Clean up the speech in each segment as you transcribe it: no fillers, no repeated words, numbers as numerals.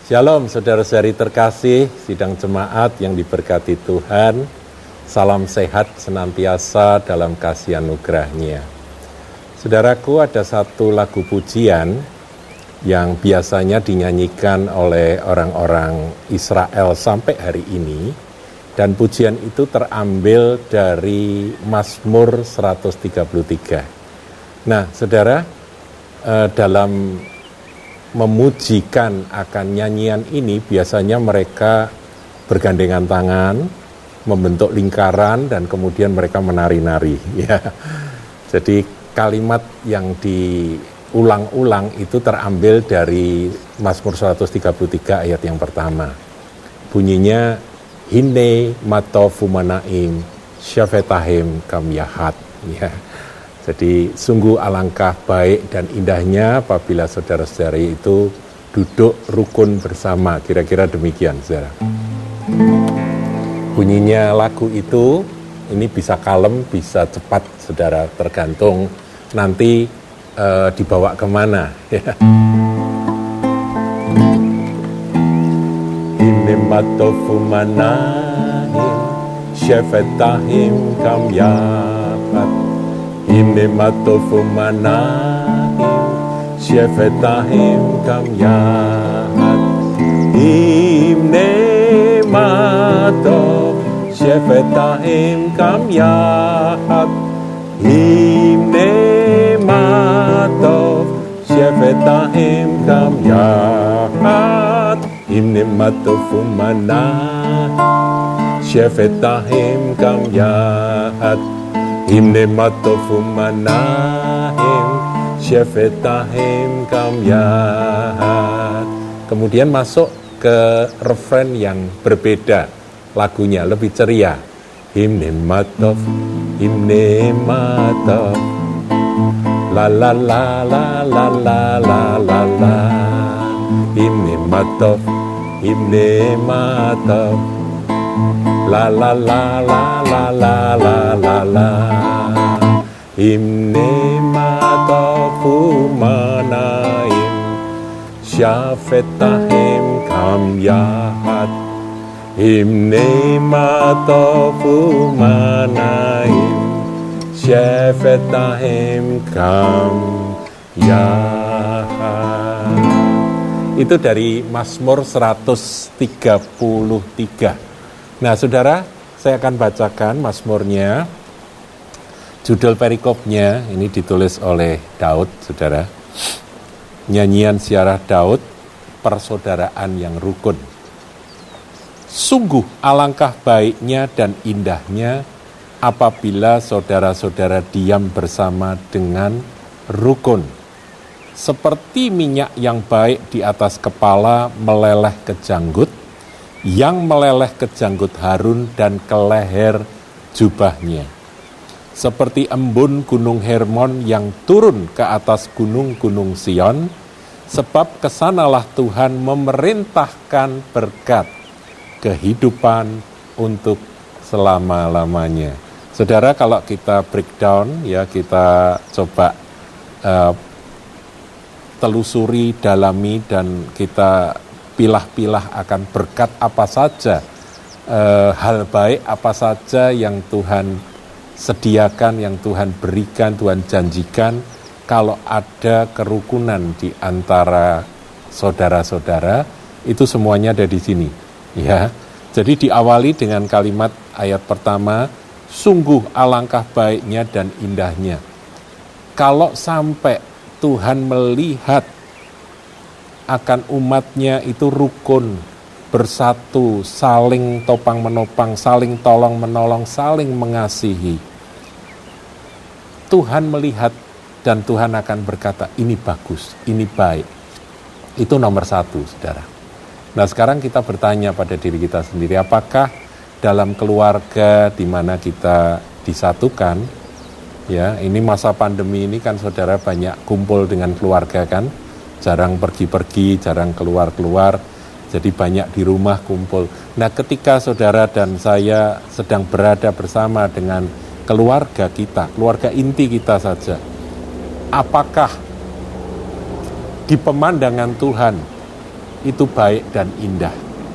Shalom saudara-saudari terkasih, sidang jemaat yang diberkati Tuhan. Salam sehat senantiasa dalam kasih anugerah-Nya. Saudaraku, ada satu lagu pujian yang biasanya dinyanyikan oleh orang-orang Israel sampai hari ini. Dan pujian itu terambil dari Mazmur 133. Nah, saudara, dalam memujikan akan nyanyian ini biasanya mereka bergandengan tangan, membentuk lingkaran dan kemudian mereka menari-nari ya. Jadi kalimat yang diulang-ulang itu terambil dari Mazmur 133 ayat yang pertama. Bunyinya Hine matofu manaim syafetahim kam yahat ya. Jadi sungguh alangkah baik dan indahnya apabila saudara-saudari itu duduk rukun bersama. Kira-kira demikian, saudara. Bunyinya lagu itu, ini bisa kalem, bisa cepat, saudara. Tergantung nanti dibawa kemana. Ya. Himematofu manahim syafetahim kam yahat Himne matofu manahim syafetahim kam yahat Himne matof syafetahim kam yahat Himne matof syafetahim kam yahat Himne matofu manahim syafetahim kam yahat Himne matofu manahim syafetahim kam yahat. Kemudian masuk ke refren yang berbeda, lagunya lebih ceria. Himne matof la la la la la la la la la. Himne matof la la la la la la la la la. Himne matofu manaim syafetahim kam yahat Himne matofu manaim syafetahim kam yahat. Itu dari Mazmur 133. Nah, saudara, saya akan bacakan Mazmurnya. Judul perikopnya ini ditulis oleh Daud, saudara. Nyanyian Ziarah Daud, persaudaraan yang rukun. Sungguh alangkah baiknya dan indahnya apabila saudara-saudara diam bersama dengan rukun. Seperti minyak yang baik di atas kepala meleleh ke janggut, yang meleleh ke janggut Harun dan ke leher jubahnya. Seperti embun gunung Hermon yang turun ke atas gunung-gunung Sion, sebab kesanalah Tuhan memerintahkan berkat kehidupan untuk selama-lamanya. Saudara, kalau kita breakdown, ya kita coba telusuri, dalami, dan kita pilah-pilah akan berkat apa saja, hal baik apa saja yang Tuhan sediakan, yang Tuhan berikan, Tuhan janjikan kalau ada kerukunan di antara saudara-saudara, itu semuanya ada di sini. Ya, jadi diawali dengan kalimat ayat pertama, sungguh alangkah baiknya dan indahnya. Kalau sampai Tuhan melihat akan umatnya itu rukun, bersatu, saling topang-menopang, saling tolong-menolong, saling mengasihi. Tuhan melihat dan Tuhan akan berkata, ini bagus, ini baik. Itu nomor satu, saudara. Nah, sekarang kita bertanya pada diri kita sendiri, apakah dalam keluarga di mana kita disatukan, ya, ini masa pandemi ini kan saudara banyak kumpul dengan keluarga kan, jarang pergi-pergi, jarang keluar-keluar, jadi banyak di rumah kumpul. Nah, ketika saudara dan saya sedang berada bersama dengan keluarga kita, keluarga inti kita saja, apakah di pemandangan Tuhan itu baik dan indah.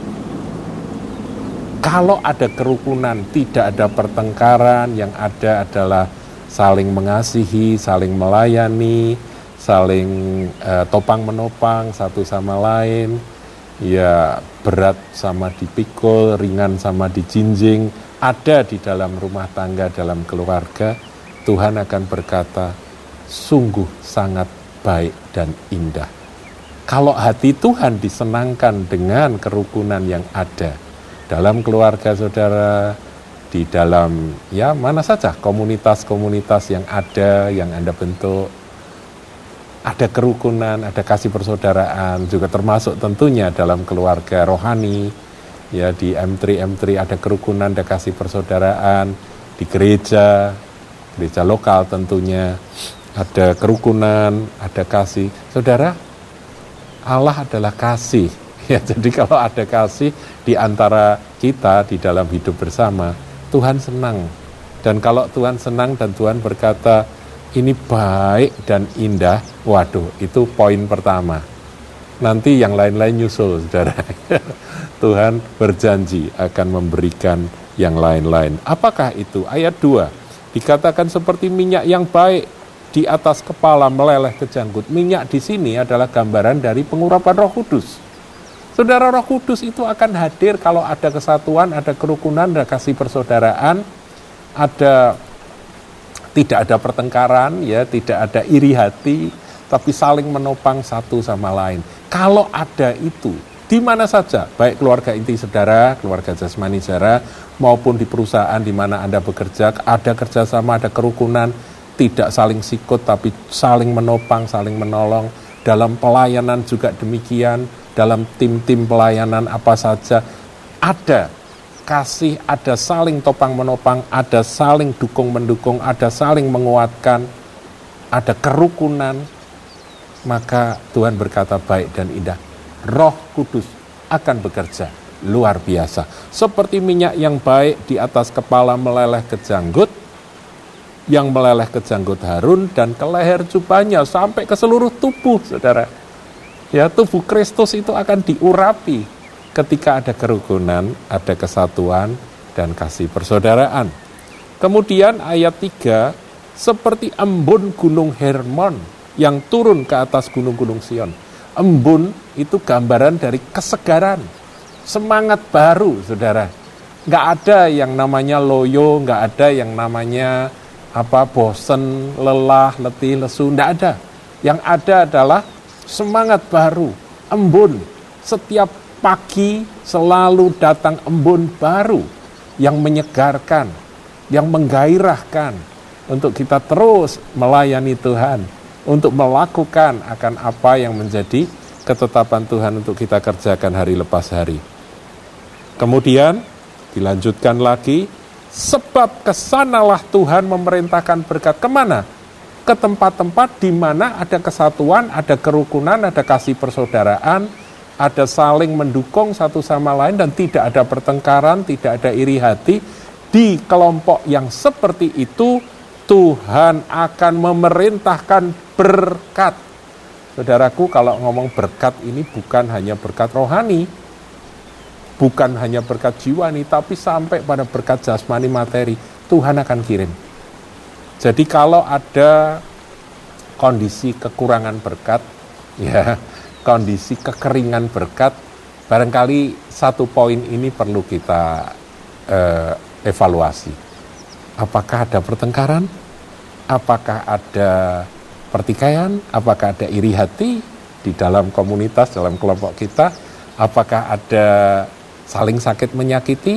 Kalau ada kerukunan, tidak ada pertengkaran, yang ada adalah saling mengasihi, saling melayani, saling topang menopang satu sama lain, ya berat sama dipikul, ringan sama dijinjing, ada di dalam rumah tangga, dalam keluarga, Tuhan akan berkata, sungguh sangat baik dan indah. Kalau hati Tuhan disenangkan dengan kerukunan yang ada dalam keluarga saudara, di dalam ya mana saja komunitas-komunitas yang ada, yang Anda bentuk, ada kerukunan, ada kasih persaudaraan, juga termasuk tentunya dalam keluarga rohani, ya di M3 ada kerukunan, ada kasih persaudaraan, di gereja lokal tentunya ada kerukunan, ada kasih. Saudara, Allah adalah kasih. Ya, jadi kalau ada kasih di antara kita di dalam hidup bersama, Tuhan senang. Dan kalau Tuhan senang dan Tuhan berkata, ini baik dan indah, waduh, itu poin pertama. Nanti yang lain-lain nyusul, saudara. Tuhan berjanji akan memberikan yang lain-lain. Apakah itu? Ayat 2, dikatakan seperti minyak yang baik di atas kepala meleleh ke janggut. Minyak di sini adalah gambaran dari pengurapan Roh Kudus. Saudara, Roh Kudus itu akan hadir kalau ada kesatuan, ada kerukunan, ada kasih persaudaraan, tidak ada pertengkaran, ya, tidak ada iri hati, tapi saling menopang satu sama lain. Kalau ada itu, di mana saja, baik keluarga inti saudara, keluarga jasmani saudara, maupun di perusahaan di mana Anda bekerja, ada kerjasama, ada kerukunan, tidak saling sikut, tapi saling menopang, saling menolong. Dalam pelayanan juga demikian, dalam tim-tim pelayanan apa saja, ada kasih, ada saling topang menopang, ada saling dukung mendukung, ada saling menguatkan, ada kerukunan, maka Tuhan berkata baik dan indah. Roh Kudus akan bekerja luar biasa. Seperti minyak yang baik di atas kepala meleleh ke janggut, yang meleleh ke janggut Harun dan ke leher jubahnya sampai ke seluruh tubuh, saudara. Ya, tubuh Kristus itu akan diurapi ketika ada kerukunan, ada kesatuan, dan kasih persaudaraan. Kemudian ayat 3, seperti embun gunung Hermon yang turun ke atas gunung-gunung Sion. Embun itu gambaran dari kesegaran, semangat baru, saudara. Nggak ada yang namanya loyo, nggak ada yang namanya bosen, lelah, letih, lesu, nggak ada. Yang ada adalah semangat baru, embun. Setiap pagi selalu datang embun baru yang menyegarkan, yang menggairahkan untuk kita terus melayani Tuhan, untuk melakukan akan apa yang menjadi ketetapan Tuhan untuk kita kerjakan hari lepas hari. Kemudian dilanjutkan lagi, sebab kesanalah Tuhan memerintahkan berkat kemana? Ke tempat-tempat di mana ada kesatuan, ada kerukunan, ada kasih persaudaraan, ada saling mendukung satu sama lain, dan tidak ada pertengkaran, tidak ada iri hati. Di kelompok yang seperti itu, Tuhan akan memerintahkan berkat. Saudaraku, kalau ngomong berkat ini bukan hanya berkat rohani, bukan hanya berkat jiwani, tapi sampai pada berkat jasmani materi, Tuhan akan kirim. Jadi kalau ada kondisi kekurangan berkat, ya, kondisi kekeringan berkat, barangkali satu poin ini perlu kita evaluasi. Apakah ada pertengkaran? Apakah ada pertikaian? Apakah ada iri hati di dalam komunitas, dalam kelompok kita? Apakah ada saling sakit menyakiti,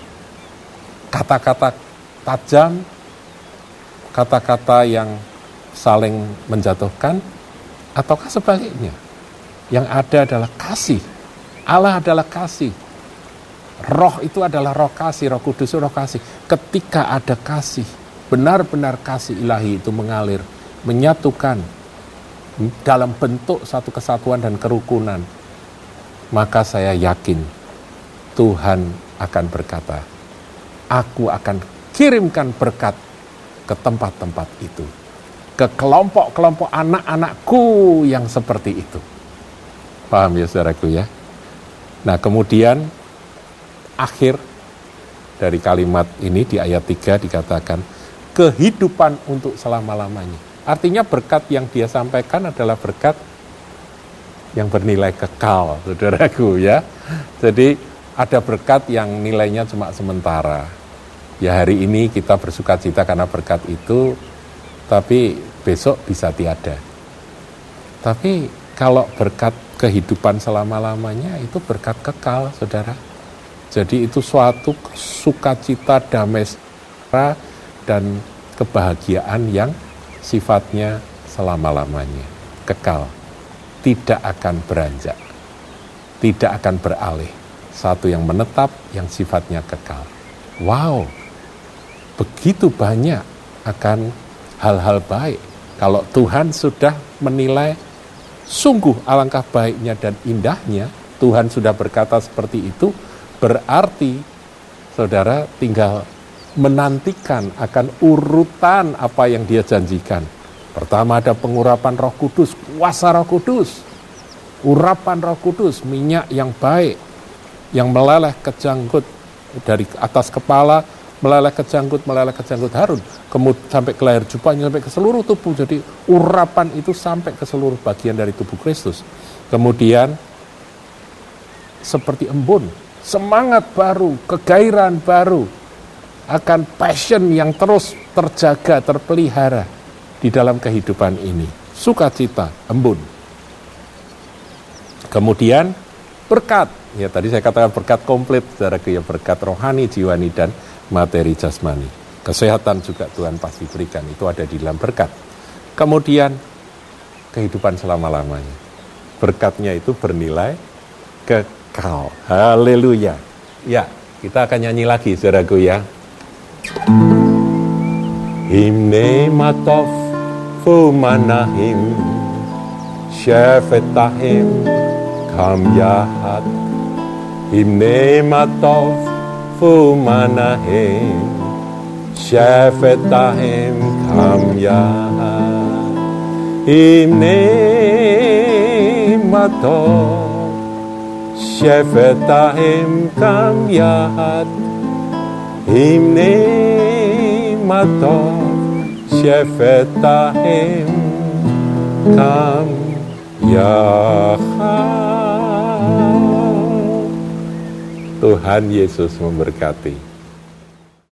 kata-kata tajam, kata-kata yang saling menjatuhkan, ataukah sebaliknya? Yang ada adalah kasih. Allah adalah kasih. Roh itu adalah roh kasih, Roh Kudus itu roh kasih. Ketika ada kasih, benar-benar kasih ilahi itu mengalir, menyatukan dalam bentuk satu kesatuan dan kerukunan, maka saya yakin Tuhan akan berkata, aku akan kirimkan berkat ke tempat-tempat itu, ke kelompok-kelompok anak-anakku yang seperti itu. Paham ya saudaraku ya? Nah, kemudian akhir dari kalimat ini di ayat 3 dikatakan kehidupan untuk selama-lamanya. Artinya berkat yang dia sampaikan adalah berkat yang bernilai kekal, saudaraku ya. Jadi ada berkat yang nilainya cuma sementara. Ya hari ini kita bersuka cita karena berkat itu, tapi besok bisa tiada. Tapi kalau berkat kehidupan selama-lamanya itu berkat kekal, saudara. Jadi itu suatu sukacita, damai sejahtera, dan kebahagiaan yang sifatnya selama-lamanya, kekal. Tidak akan beranjak, tidak akan beralih. Satu yang menetap, yang sifatnya kekal. Wow, begitu banyak akan hal-hal baik. Kalau Tuhan sudah menilai sungguh alangkah baiknya dan indahnya, Tuhan sudah berkata seperti itu, berarti saudara tinggal menantikan akan urutan apa yang dia janjikan. Pertama ada pengurapan Roh Kudus, kuasa Roh Kudus, urapan Roh Kudus, minyak yang baik, yang meleleh ke janggut dari atas kepala, meleleh ke janggut Harun, kemudian sampai ke leher jubahnya, sampai ke seluruh tubuh. Jadi urapan itu sampai ke seluruh bagian dari tubuh Kristus. Kemudian seperti embun, semangat baru, kegairahan baru, akan passion yang terus terjaga, terpelihara di dalam kehidupan ini. Sukacita, embun. Kemudian berkat. Ya tadi saya katakan berkat komplit, saudaraku ya, berkat rohani, jiwani, dan materi jasmani. Kesehatan juga Tuhan pasti berikan, itu ada di dalam berkat. Kemudian kehidupan selama-lamanya. Berkatnya itu bernilai kekal. Haleluya. Ya, kita akan nyanyi lagi, saudaraku ya. Himne matov fumanahim shefetahim kam yahat. Himne matov fumanahim shefetahim kam yahat. Himne matov shefetahim kam yahat. Himne matov shefetahim kam yahat. Tuhan Yesus memberkati.